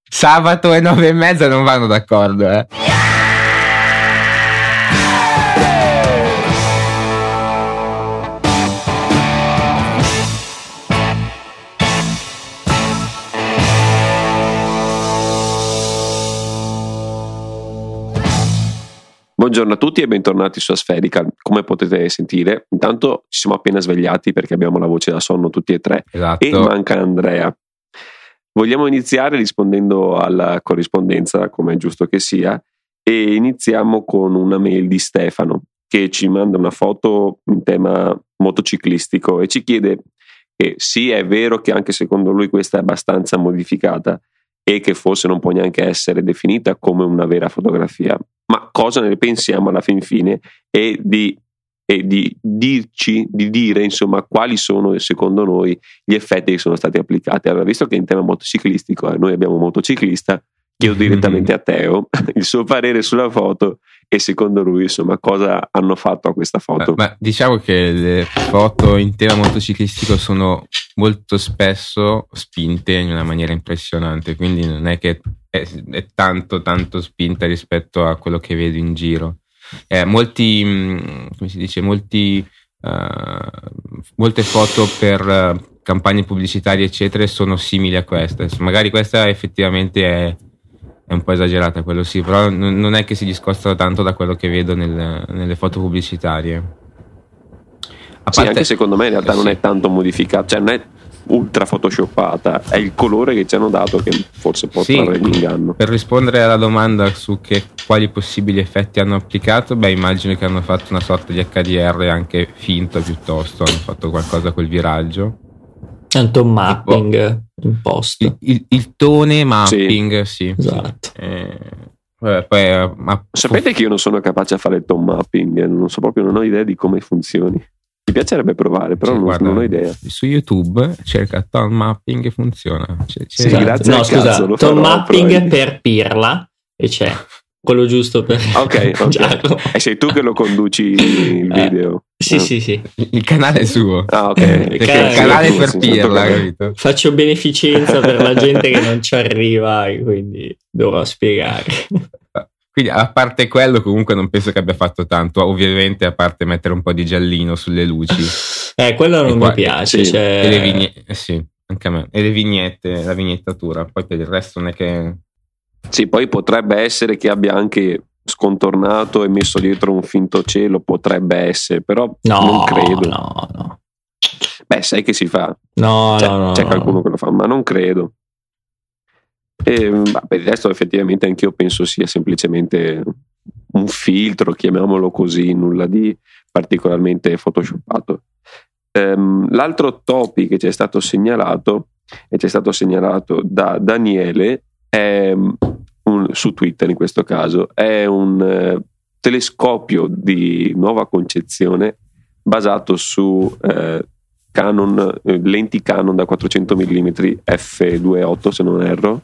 sabato e 9:30 non vanno d'accordo, eh. Buongiorno a tutti e bentornati su Aspherical. Come potete sentire, intanto ci siamo appena svegliati perché abbiamo la voce da sonno tutti e tre. Esatto. E manca Andrea. Vogliamo iniziare rispondendo alla corrispondenza, come è giusto che sia, e iniziamo con una mail di Stefano che ci manda una foto in tema motociclistico e ci chiede che sì, è vero che anche secondo lui questa è abbastanza modificata e che forse non può neanche essere definita come una vera fotografia, ma cosa ne pensiamo alla fin fine e di dire insomma quali sono secondo noi gli effetti che sono stati applicati. Allora, visto che in tema motociclistico noi abbiamo un motociclista, chiedo direttamente a Teo il suo parere sulla foto e secondo lui insomma cosa hanno fatto a questa foto. Ma diciamo che le foto in tema motociclistico sono molto spesso spinte in una maniera impressionante, quindi non è che è tanto spinta rispetto a quello che vedo in giro. Molte foto per campagne pubblicitarie eccetera sono simili a queste. Magari questa effettivamente è un po' esagerata, quello sì, però non è che si discosta tanto da quello che vedo nelle foto pubblicitarie. Sì, anche secondo me in realtà non è tanto modificata, cioè non è ultra photoshoppata, è il colore che ci hanno dato che forse può trarre l'inganno. Per rispondere alla domanda su quali possibili effetti hanno applicato, immagino che hanno fatto una sorta di HDR anche finto, piuttosto hanno fatto qualcosa col viraggio. Tanto un mapping imposto. Il tone mapping, sì. Esatto. Sapete che io non sono capace a fare il tone mapping, non ho idea di come funzioni. Mi piacerebbe provare, però non ho idea. Su YouTube cerca tone mapping e funziona. Sì, grazie. No, scusa, tone mapping per Pirla e c'è quello giusto per Giacomo. E sei tu che lo conduci il video? Sì. Il canale è suo. Ah, ok. Il canale per Pirla, capito? Faccio beneficenza per la gente che non ci arriva e quindi dovrò spiegare. Quindi a parte quello comunque non penso che abbia fatto tanto, ovviamente a parte mettere un po' di giallino sulle luci. Quello non mi piace. Sì. E le vignette, sì, anche a me. E le vignette, la vignettatura, poi per il resto non è che... Sì, poi potrebbe essere che abbia anche scontornato e messo dietro un finto cielo, potrebbe essere, però non credo. No. Beh, sai che si fa. C'è qualcuno che lo fa, ma non credo. Per il resto effettivamente anch'io penso sia semplicemente un filtro, chiamiamolo così, nulla di particolarmente photoshoppato. L'altro topic che ci è stato segnalato da Daniele su Twitter, in questo caso è un telescopio di nuova concezione basato su lenti Canon da 400 mm f2.8 se non erro.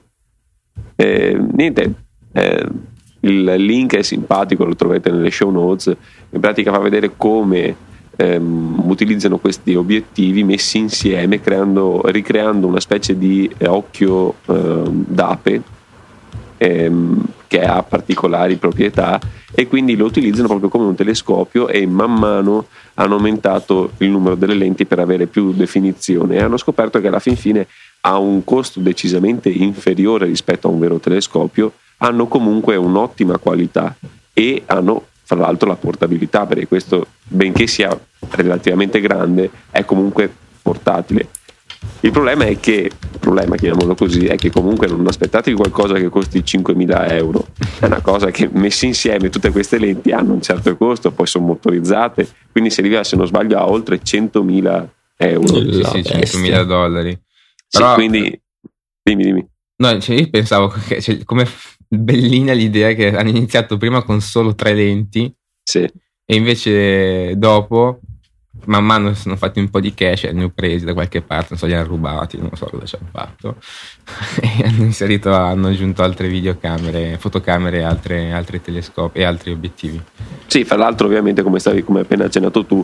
Il link è simpatico, lo trovate nelle show notes. In pratica fa vedere come utilizzano questi obiettivi messi insieme ricreando una specie di occhio d'ape che ha particolari proprietà, e quindi lo utilizzano proprio come un telescopio e man mano hanno aumentato il numero delle lenti per avere più definizione e hanno scoperto che alla fin fine ha un costo decisamente inferiore rispetto a un vero telescopio, hanno comunque un'ottima qualità e hanno fra l'altro la portabilità, perché questo, benché sia relativamente grande, è comunque portatile. Il problema, chiamiamolo così, è che comunque non aspettatevi qualcosa che costi 5.000 euro, è una cosa che messe insieme tutte queste lenti hanno un certo costo, poi sono motorizzate, quindi si arriva, se non sbaglio, a oltre 100.000 euro. Sì, $100.000. Però, sì, quindi dimmi. No, io pensavo che come bellina l'idea che hanno iniziato prima con solo 3 lenti, sì, e invece dopo man mano sono fatti un po' di cash e ne ho presi da qualche parte, non so, li hanno rubati, non so cosa ci hanno fatto e hanno aggiunto altre videocamere, fotocamere, altri telescopi e altri obiettivi. Sì, fra l'altro ovviamente come appena accennato tu,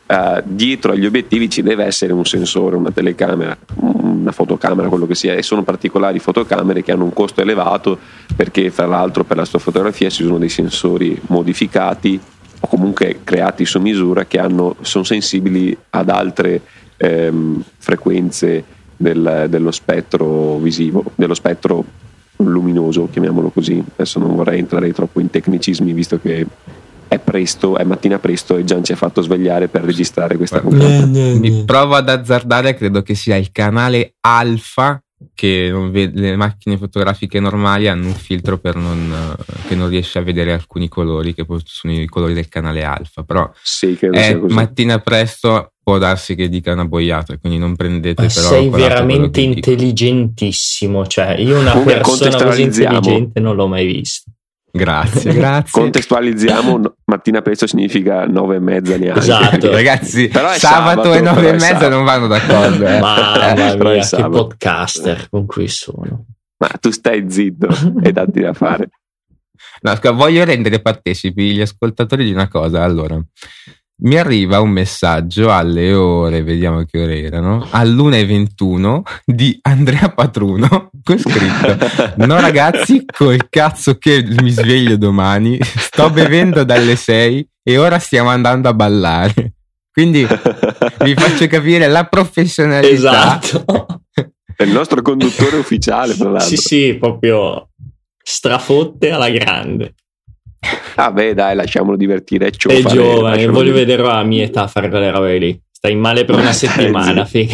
dietro agli obiettivi ci deve essere un sensore, una telecamera, una fotocamera, quello che sia, e sono particolari fotocamere che hanno un costo elevato, perché fra l'altro per la sua fotografia ci sono dei sensori modificati o comunque creati su misura che sono sensibili ad altre frequenze dello spettro visivo, dello spettro luminoso, chiamiamolo così. Adesso non vorrei entrare troppo in tecnicismi, visto che è mattina presto e Gian ci ha fatto svegliare per registrare questa puntata. Mi provo ad azzardare, credo che sia il canale alfa, che non vede, le macchine fotografiche normali hanno un filtro che non riesce a vedere alcuni colori, che sono i colori del canale alfa, però sì, credo sia così. Mattina presto può darsi che dica una boiata, quindi non prendete. Però sei veramente intelligentissimo, cioè io una persona così intelligente non l'ho mai vista. Grazie. Contestualizziamo, mattina presto significa 9:30 neanche. Esatto. Ragazzi, però sabato e 9:30 non vanno d'accordo. Mamma mia, che podcaster con cui sono. Ma tu stai zitto e datti da fare. No, voglio rendere partecipi gli ascoltatori di una cosa. Allora, mi arriva un messaggio alle ore, vediamo che ore erano, all'1:21 di Andrea Patruno con scritto: no ragazzi, col cazzo che mi sveglio domani, sto bevendo dalle 6 e ora stiamo andando a ballare. Quindi vi faccio capire la professionalità. Esatto. È il nostro conduttore ufficiale, tra l'altro. Sì, proprio strafotte alla grande. Beh, dai, lasciamolo divertire. È giovane, voglio vedere a mia età fare quelle robe lì. Stai male per una settimana, figa.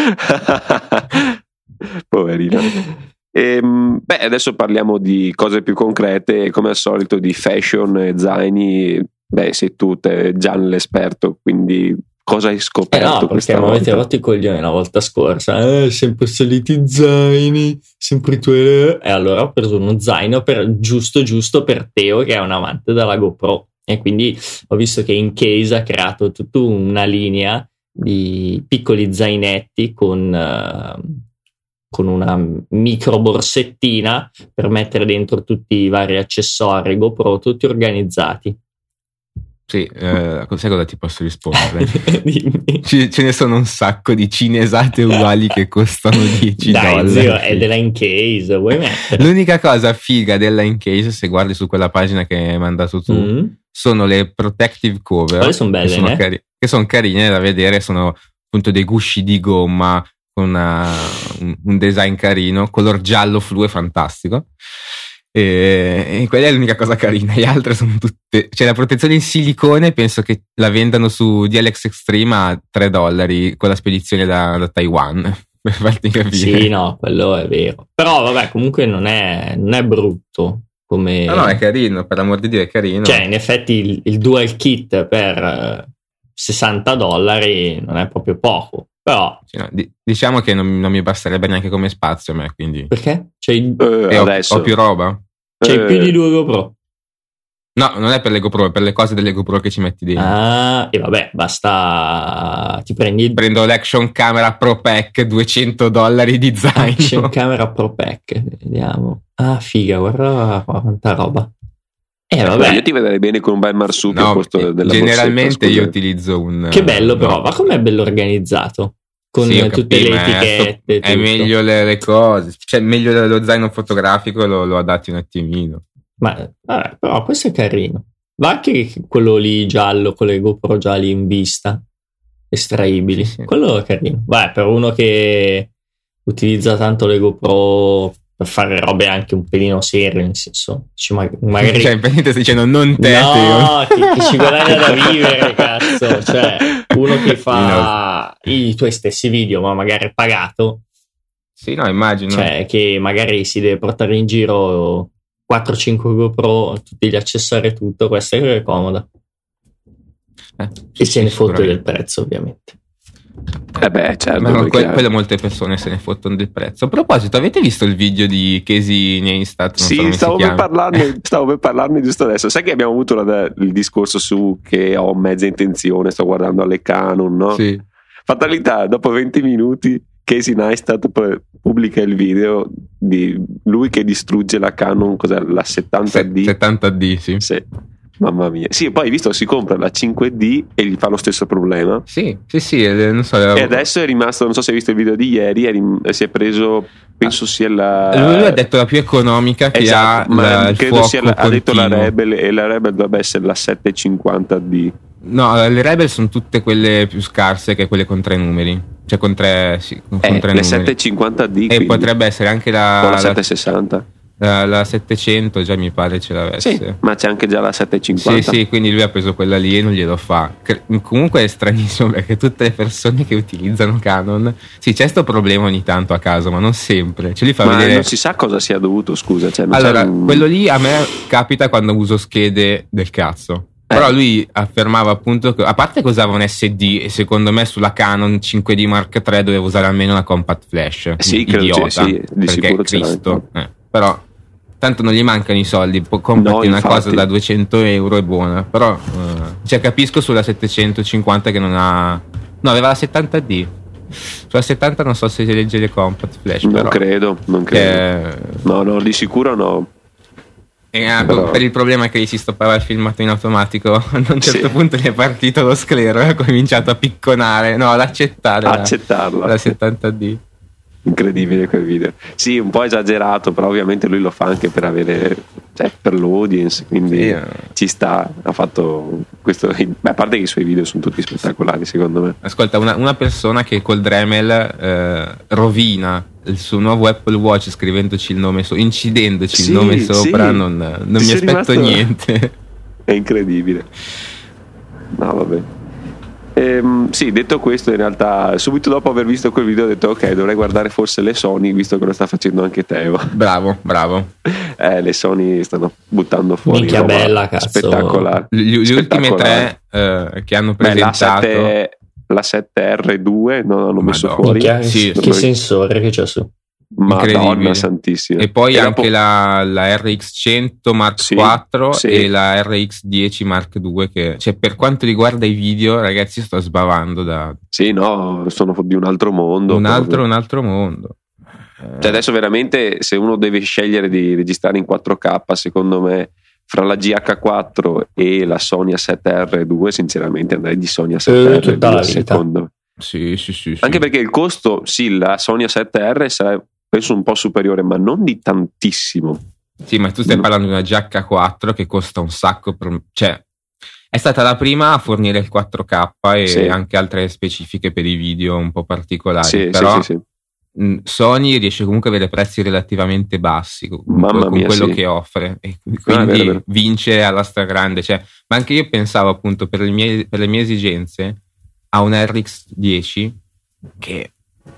Poverino. Adesso parliamo di cose più concrete, come al solito di fashion e zaini. Sei tu, Gian, l'esperto, quindi cosa hai scoperto? No, perché mi avete rotto i coglioni la volta scorsa. Sempre soliti zaini, sempre tu. E allora ho preso uno zaino giusto per Teo, che è un amante della GoPro, e quindi ho visto che Incase ha creato tutta una linea di piccoli zainetti con una micro borsettina per mettere dentro tutti i vari accessori GoPro, tutti organizzati. Sì, sai cosa ti posso rispondere? Ce ne sono un sacco di cinesate uguali che costano $10. Dai, zio, è della Incase, vuoi mettere? L'unica cosa figa della Incase, se guardi su quella pagina che hai mandato tu, sono le protective cover. Quelle sono belle, che sono carine da vedere, sono appunto dei gusci di gomma con un design carino, color giallo flu, è fantastico. E quella è l'unica cosa carina, le altre sono tutte, cioè la protezione in silicone penso che la vendano su DLX Extreme a $3 con la spedizione da Taiwan, per farti capire. Sì, no, quello è vero, però vabbè, comunque non è brutto come... No, è carino, per l'amor di Dio è carino, cioè in effetti il dual kit per $60 non è proprio poco, però no, diciamo che non mi basterebbe neanche come spazio a me, quindi perché? Ho più roba, c'hai più di 2 GoPro. No, non è per le GoPro, è per le cose delle GoPro che ci metti dentro. E vabbè, basta, prendo l'Action Camera Pro Pack, $200 di zaino. Action Camera Pro Pack, vediamo. Figa, guarda quanta roba. Vabbè. Io ti vedrei bene con un bel marsupio al posto della generalmente borsetta, io utilizzo un... Che bello però, ma com'è bello organizzato? Con tutte le etichette. È meglio le cose, cioè meglio lo zaino fotografico, lo adatti un attimino. Ma vabbè, però questo è carino. Va anche quello lì giallo, con le GoPro gialli in vista, estraibili. Sì. Quello è carino. Vabbè, per uno che utilizza tanto le GoPro per fare robe anche un pelino serie, nel senso, magari... Cioè, in pratica stai dicendo non te. No, che ci guadagna da vivere, cazzo. Cioè, uno che fa i tuoi stessi video, ma magari pagato. Sì, no, immagino. Cioè, che magari si deve portare in giro 4-5 GoPro, tutti gli accessori e tutto, questa è comoda. E se ne fotte del prezzo, ovviamente. Certo. Ma quello molte persone se ne fottono del prezzo. A proposito, avete visto il video di Casey Neistat? Sì, stavo per parlarne giusto adesso. Sai che abbiamo avuto il discorso su che ho mezza intenzione, sto guardando alle Canon, no? Sì. Fatalità, dopo 20 minuti Casey Neistat pubblica il video di lui che distrugge la Canon, cos'è, la 70D? 70D, sì. Mamma mia. Sì, poi hai visto, si compra la 5D e gli fa lo stesso problema. Sì, non so. E adesso è rimasto, non so se hai visto il video di ieri, si è preso, penso sia la... Lui ha detto la più economica che esatto, ha ma il credo fuoco sia ha detto la continuo. Rebel, e la Rebel dovrebbe essere la 750D. No, le Rebel sono tutte quelle più scarse, che quelle con 3 numeri. Cioè con 3 le numeri. 750D. E potrebbe essere anche o la 760. La 700 già mi pare ce l'avesse. Sì, ma c'è anche già la 750. Sì, quindi lui ha preso quella lì e non glielo fa. Comunque è stranissimo, perché tutte le persone che utilizzano Canon, sì, c'è sto problema ogni tanto a caso, ma non sempre. Ce li fa ma vedere. Non si sa cosa sia dovuto, scusa. Cioè, allora, quello lì a me capita quando uso schede del cazzo. Però lui affermava appunto che, a parte che usava un SD, e secondo me sulla Canon 5D Mark III doveva usare almeno una compact flash. Sì, idiota, sì, di sicuro ce Cristo. Però tanto non gli mancano i soldi, comprati una cosa da 200 euro è buona. Però cioè, capisco sulla 750 che non ha... No, aveva la 70D. Sulla 70 non so se si legge le compact flash. Non credo. No, di sicuro no. Per il problema che gli si stoppava il filmato in automatico, a un certo punto gli è partito lo sclero e ha cominciato a picconare, ad accettarla. La 70D. Incredibile quel video. Sì, un po' esagerato, però ovviamente lui lo fa anche per avere, cioè, per l'audience, quindi ci sta. Ha fatto questo. A parte che i suoi video sono tutti spettacolari, secondo me. Ascolta, una persona che col Dremel rovina il suo nuovo Apple Watch scrivendoci il nome incidendoci il nome sopra, non mi aspetto niente. È incredibile. No, vabbè. Sì, detto questo, in realtà subito dopo aver visto quel video ho detto ok, dovrei guardare forse le Sony, visto che lo sta facendo anche Teo. Bravo. Le Sony stanno buttando fuori. Minchia bella, cazzo. Spettacolare. Le ultime 3 che hanno presentato, la 7R2 non hanno messo fuori. Che sensore che c'è su. Madonna santissima. E poi anche la RX100 Mark IV e la RX10 Mark II, che, cioè, per quanto riguarda i video, ragazzi, sto sbavando sono di un altro mondo. Un altro mondo. Cioè adesso veramente, se uno deve scegliere di registrare in 4K, secondo me fra la GH4 e la Sony A7R2, sinceramente andrei di Sony A7R2 secondo me. Sì. Anche perché il costo, la Sony A7R sarà, penso, un po' superiore, ma non di tantissimo. Sì, ma tu stai parlando di una GH4 che costa un sacco, cioè è stata la prima a fornire il 4K e anche altre specifiche per i video un po' particolari. Però Sony riesce comunque a avere prezzi relativamente bassi con quello che offre, e quindi vero. Vince alla stragrande. Cioè, ma anche io pensavo, appunto, per le mie esigenze, a un RX10 che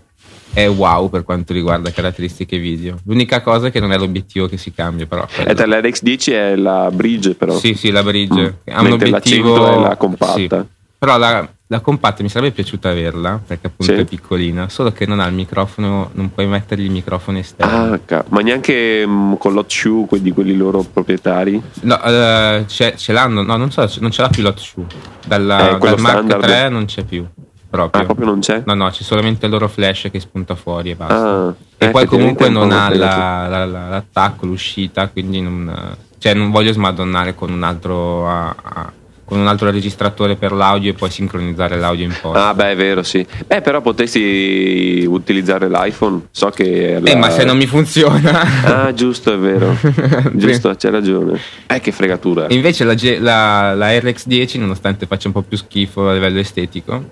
è wow per quanto riguarda caratteristiche video. L'unica cosa è che non è l'obiettivo che si cambia, però la RX10 è la bridge, però sì, la bridge ha un mentre obiettivo, la 100 è la compatta. Sì. Però la compatta mi sarebbe piaciuta averla, perché appunto è piccolina, solo che non ha il microfono, non puoi mettergli il microfono esterno. Ma neanche con l'Hot di quelli loro proprietari? No, ce l'hanno, no, non so, non ce l'ha più l'Hot dal Mark standard. 3 non c'è più proprio. Proprio non c'è? No, c'è solamente il loro flash che spunta fuori e basta. E poi comunque non ha l'attacco, l'uscita, quindi non voglio smadonnare con un altro con un altro registratore per l'audio e poi sincronizzare l'audio in post. È vero, sì. Però potresti utilizzare l'iPhone. So che ma se non mi funziona. Giusto, è vero. Giusto, c'è ragione. Che fregatura. E invece la RX10, nonostante faccia un po' più schifo a livello estetico,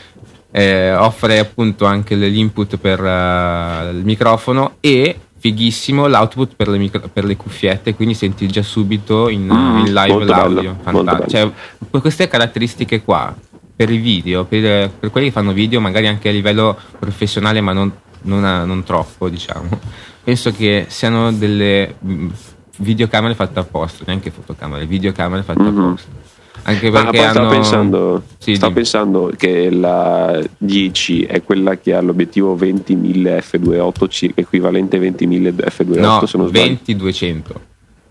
offre appunto anche l'input per il microfono e, fighissimo, l'output per le cuffiette, quindi senti già subito in live l'audio. Fantastico. Cioè, queste caratteristiche qua per i video, per quelli che fanno video magari anche a livello professionale, ma non troppo, diciamo, penso che siano delle videocamere fatte apposta, neanche fotocamere, videocamere fatte apposta. Anche perché stavo pensando che la 10 è quella che ha l'obiettivo 20.000 f2.8 circa, equivalente 20.000 f2.8, no, se non sbaglio. 20-200.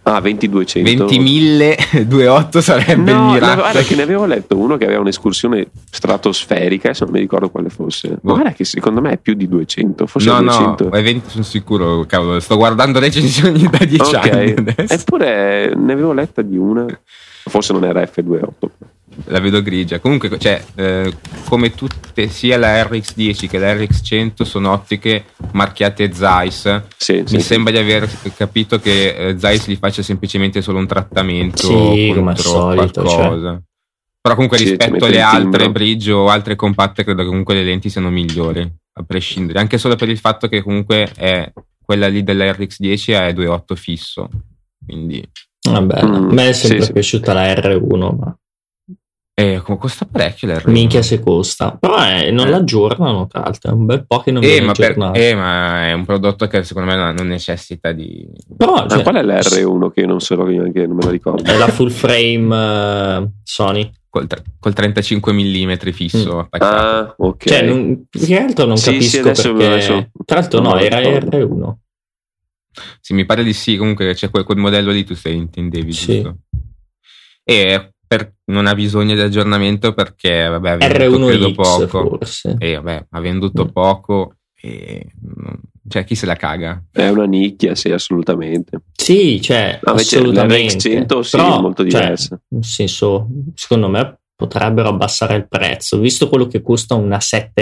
Ah, 20-200. 20.000-2.8 sarebbe il miracolo. Guarda che ne avevo letto uno che aveva un'escursione stratosferica, adesso non mi ricordo quale fosse. Guarda che secondo me è più di 200, forse no, 200. No, è 20, sono sicuro, cavolo, sto guardando recensioni da 10 anni adesso. Eppure ne avevo letta di una, forse non era F28. La vedo grigia. Comunque, cioè, come tutte, sia la RX10 che la RX100 sono ottiche marchiate Zeiss. Mi sembra di aver capito che Zeiss li faccia semplicemente solo un trattamento contro solito, qualcosa. Cioè. Però comunque rispetto alle altre bridge o altre compatte credo che comunque le lenti siano migliori, a prescindere. Anche solo per il fatto che comunque è quella lì della RX10 è 2.8 fisso. Quindi vabbè, a me è sempre piaciuta la R1, ma costa parecchio l'R1. Minchia se costa, però non l'aggiornano, tra l'altro è un bel po' che non viene aggiornato. Ma è un prodotto che secondo me non necessita di... Però, qual è l'R1 che non me la ricordo? È la full frame Sony col 35 mm fisso attaccato. Ah, ok. Cioè, in realtà non capisco perché tra l'altro era R1. Sì, mi pare di sì. Comunque c'è quel modello lì, tu intendevi, giusto? E non ha bisogno di aggiornamento perché ha venduto credo poco. Forse. Ha venduto poco cioè chi se la caga? È una nicchia, sì, assolutamente. Sì, cioè assolutamente. La RX100 sì, però, è molto diversa. Nel senso, secondo me potrebbero abbassare il prezzo, visto quello che costa una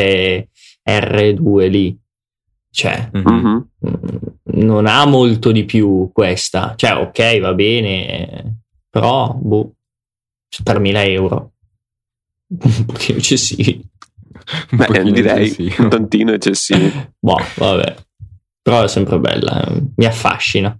7R2 lì. Cioè, non ha molto di più questa. Cioè, ok, va bene, però 3.000 euro. Un pochino eccessivi. Direi un tantino eccessivi. Boh, vabbè. Però è sempre bella, mi affascina.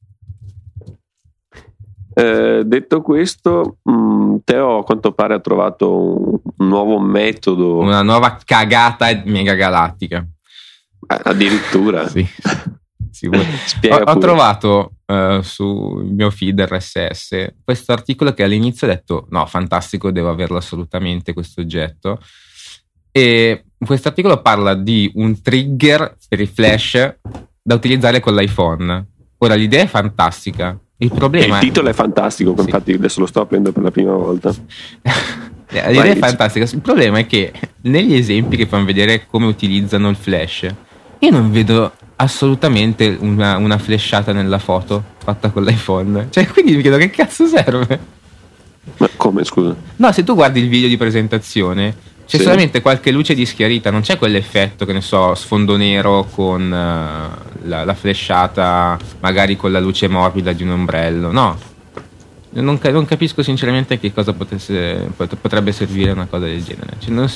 Detto questo, Teo a quanto pare ha trovato un nuovo metodo, una nuova cagata mega galattica. Addirittura. Sì. Ho trovato sul mio feed RSS questo articolo che all'inizio ho detto no, fantastico, devo averlo assolutamente questo oggetto. E questo articolo parla di un trigger per i flash da utilizzare con l'iPhone. Ora l'idea è fantastica, il problema il titolo è fantastico, sì. Infatti adesso lo sto aprendo per la prima volta. L'idea è fantastica, il problema è che negli esempi che fanno vedere come utilizzano il flash io non vedo assolutamente una flashata nella foto fatta con l'iPhone, cioè quindi mi chiedo che cazzo serve. Ma come, scusa? No, se tu guardi il video di presentazione c'è solamente qualche luce di schiarita, non c'è quell'effetto, che ne so, sfondo nero con la flashata magari con la luce morbida di un ombrello, no. Non capisco sinceramente che cosa potrebbe servire una cosa del genere.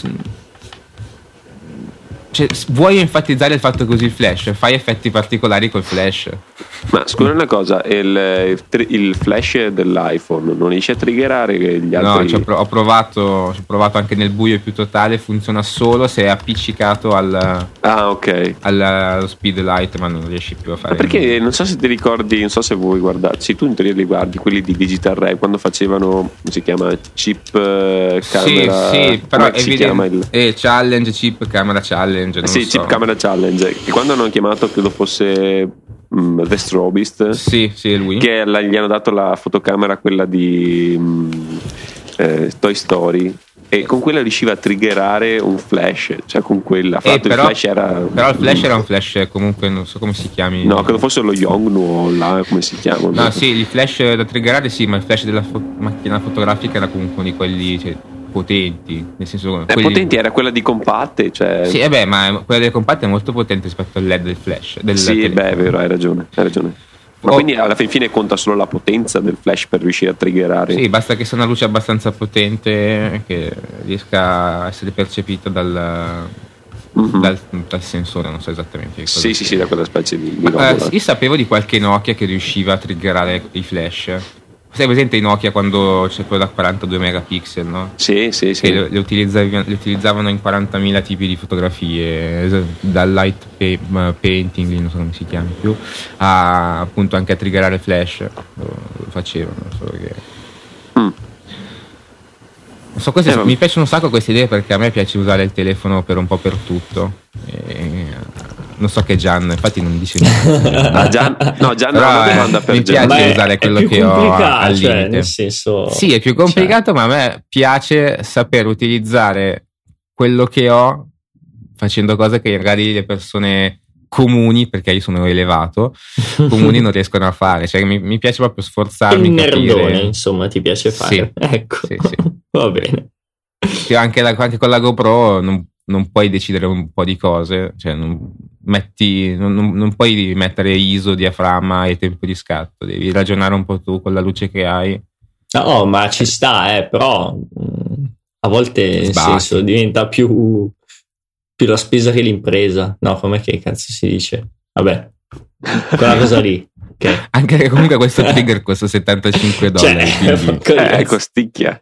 Vuoi enfatizzare il fatto che usi il flash? Fai effetti particolari col flash. Ma scusa una cosa, il flash dell'iPhone non riesce a triggerare gli altri? No, ho provato anche nel buio più totale, funziona solo se è appiccicato allo speed light, ma non riesci più a fare. Ma perché non so se ti ricordi, non so se vuoi guardare, sì, tu in teoria li guardi quelli di Digital Ray quando facevano, come si chiama, chip camera, sì, però si chiama challenge, chip camera challenge. Chip Camera Challenge, che quando hanno chiamato credo fosse The Strobist, sì, lui, che gli hanno dato la fotocamera quella di Toy Story, e con quella riusciva a triggerare un flash, cioè con quella il flash era un flash comunque non so come si chiami, no, credo fosse lo Yongnuo là, come si chiama, no, sì, il flash da triggerare sì, ma il flash della macchina fotografica era comunque di quelli, cioè, potenti, nel senso potenti era quella di compatte, cioè sì, ma quella delle compatte è molto potente rispetto al LED del flash sì, beh, è vero, hai ragione. Ma quindi alla fine conta solo la potenza del flash per riuscire a triggerare? Sì, basta che sia una luce abbastanza potente che riesca a essere percepita dal sensore, non so esattamente che cosa sì, da quella specie di io sapevo di qualche Nokia che riusciva a triggerare i flash. Sai presente i Nokia quando c'è quello da 42 megapixel, no? Sì. Che le utilizzavano in 40.000 tipi di fotografie, dal light painting, non so come si chiami più, a appunto anche a triggerare flash. Lo facevano, solo che non so, mi piacciono un sacco queste idee perché a me piace usare il telefono per un po' per tutto. non so che è Gian, infatti non dice niente. Gian ha una domanda per mi Gian. piace usare quello che ho al limite. Nel senso, sì, è più complicato, ma a me piace saper utilizzare quello che ho facendo cose che magari le persone comuni, perché io sono elevato, comuni non riescono a fare. Cioè mi piace proprio sforzarmi. Il nerdone, insomma, ti piace fare. Sì, ecco, sì. Va bene. Anche con la GoPro non puoi decidere un po' di cose, cioè non puoi mettere ISO, diaframma e tempo di scatto, devi ragionare un po' tu con la luce che hai. No, ma ci sta, però a volte nel senso diventa più la spesa che l'impresa. No, com'è che cazzo si dice? Vabbè, quella cosa lì. Okay. Anche che comunque questo trigger costa $75, cioè, costicchia.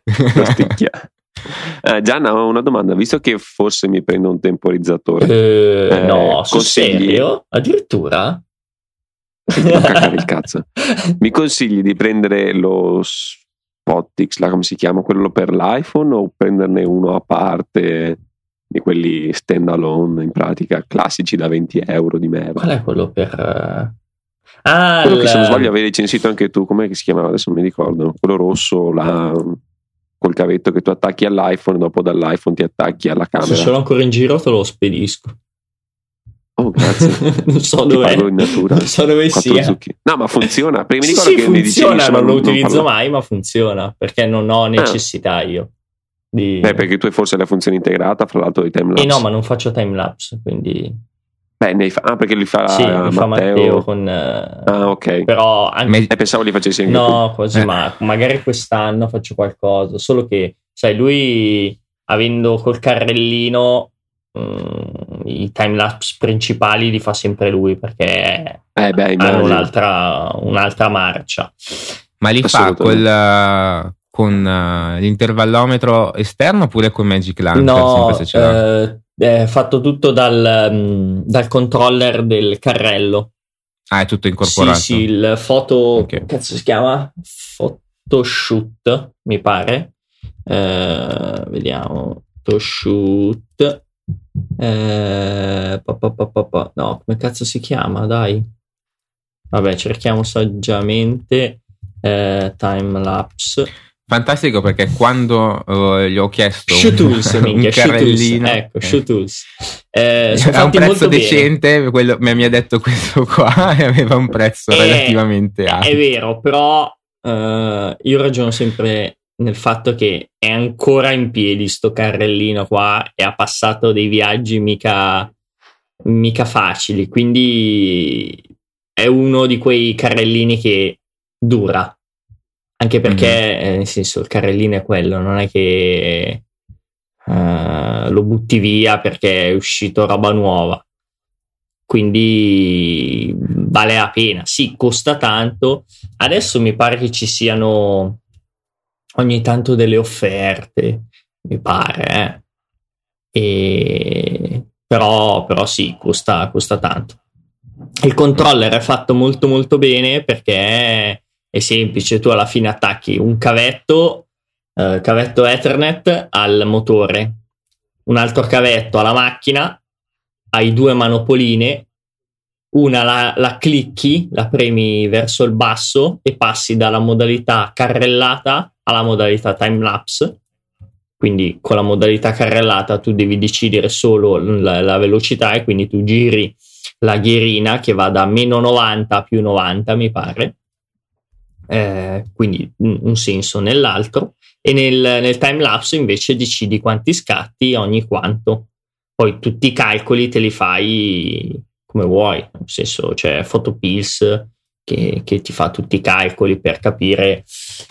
Gian, ho una domanda, visto che forse mi prendo un temporizzatore, no, sul serio? Addirittura? Non cacare il cazzo. Mi consigli di prendere lo Spotix, come si chiama, quello per l'iPhone, o prenderne uno a parte di quelli stand alone, in pratica classici da €20 di merda? Qual è quello per quello che, se non sbaglio, avevi recensito anche tu, com'è che si chiamava, adesso non mi ricordo, quello rosso là col cavetto che tu attacchi all'iPhone e dopo dall'iPhone ti attacchi alla camera. Se ce l'ho ancora in giro te lo spedisco. Oh, grazie. Non so dove in natura. Non so dove sia. No, ma funziona, perché mi ricordo che funziona, mi dicevi, non lo utilizzo mai, ma funziona, perché non ho necessità io di... perché tu hai forse la funzione integrata fra l'altro di timelapse. No, ma non faccio timelapse, quindi perché li fa, li fa Matteo con ok. Però anche... pensavo li facessi anche no, tu. così, ma magari quest'anno faccio qualcosa, solo che sai, lui avendo col carrellino i timelapse principali li fa sempre lui, perché hanno un'altra marcia. Ma li fa con l'intervallometro esterno oppure con Magic Lantern? No, è fatto tutto dal controller del carrello. È tutto incorporato? Sì, il foto... Okay. Cazzo si chiama? Photoshoot, mi pare. Vediamo. Photoshoot. No, come cazzo si chiama? Dai. Vabbè, cerchiamo saggiamente. Timelapse. Fantastico, perché quando gli ho chiesto un carrellino, ecco, Shootools, a un prezzo decente, quello mi ha detto questo qua e aveva un prezzo relativamente alto. È vero, però io ragiono sempre nel fatto che è ancora in piedi sto carrellino qua e ha passato dei viaggi mica facili, quindi è uno di quei carrellini che dura. Anche perché, nel senso, il carrellino è quello, non è che lo butti via perché è uscito roba nuova. Quindi vale la pena. Sì, costa tanto. Adesso mi pare che ci siano ogni tanto delle offerte, mi pare. Però sì, costa tanto. Il controller è fatto molto molto bene, perché è semplice, tu alla fine attacchi un cavetto Ethernet al motore, un altro cavetto alla macchina, hai due manopoline, una la clicchi, la premi verso il basso e passi dalla modalità carrellata alla modalità timelapse. Quindi con la modalità carrellata tu devi decidere solo la velocità, e quindi tu giri la ghierina che va da -90 a +90, mi pare. Quindi un senso nell'altro, e nel timelapse invece decidi quanti scatti ogni quanto, poi tutti i calcoli te li fai come vuoi, nel senso c'è Photopills che ti fa tutti i calcoli per capire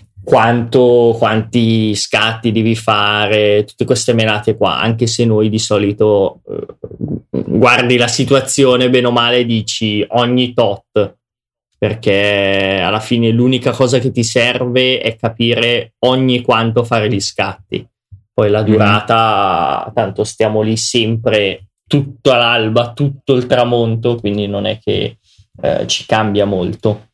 quanti scatti devi fare, tutte queste menate qua, anche se noi di solito guardi la situazione bene o male e dici ogni tot, perché alla fine l'unica cosa che ti serve è capire ogni quanto fare gli scatti. Poi la durata, tanto stiamo lì sempre tutta l'alba, tutto il tramonto, quindi non è che ci cambia molto.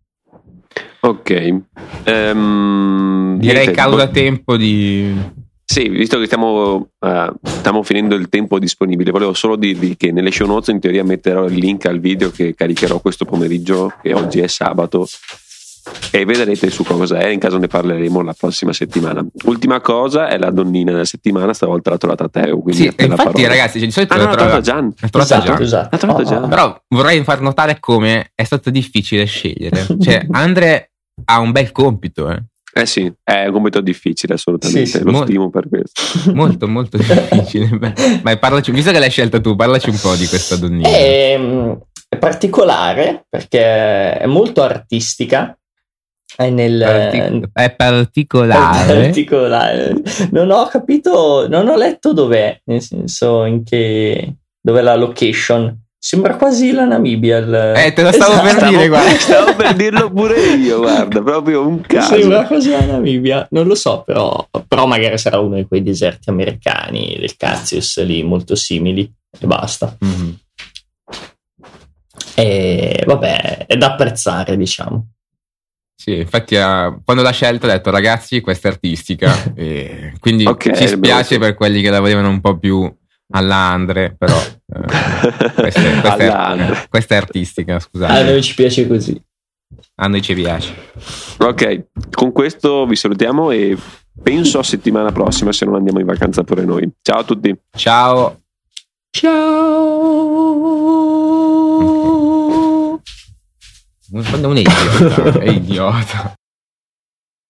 Ok. Direi causa tempo di... Sì, visto che stiamo finendo il tempo disponibile, volevo solo dirvi che nelle show notes in teoria metterò il link al video che caricherò questo pomeriggio, che oggi è sabato, e vedrete su cosa è, in caso ne parleremo la prossima settimana. Ultima cosa è la donnina della settimana, stavolta l'ha trovata Teo. Sì, infatti ragazzi, di solito l'ha trovata Gian. Esatto. Però vorrei far notare come è stato difficile scegliere. Cioè, Andre ha un bel compito, Sì, è un compito difficile, assolutamente. Sì, lo stimo per questo. Molto, molto difficile. Ma parlaci, visto che l'hai scelta tu, parlaci un po' di questa donnina. È particolare perché è molto artistica. È particolare. Non ho capito, non ho letto dov'è, nel senso dov'è la location. Sembra quasi la Namibia. Te lo stavo per dire, guarda. Stavo per dirlo pure io, guarda, proprio un caso. Sembra quasi la Namibia, non lo so, però magari sarà uno di quei deserti americani del Cazius lì, molto simili, e basta. Mm-hmm. E vabbè, è da apprezzare, diciamo. Sì, infatti quando l'ha scelta ha detto ragazzi questa è artistica, e quindi ci spiace per quelli che la volevano un po' più alla Andre, però questa è artistica, scusate. A noi ci piace così. A noi ci piace. Ok, con questo vi salutiamo e penso a settimana prossima, se non andiamo in vacanza pure noi. Ciao a tutti. Ciao. Non è idiota.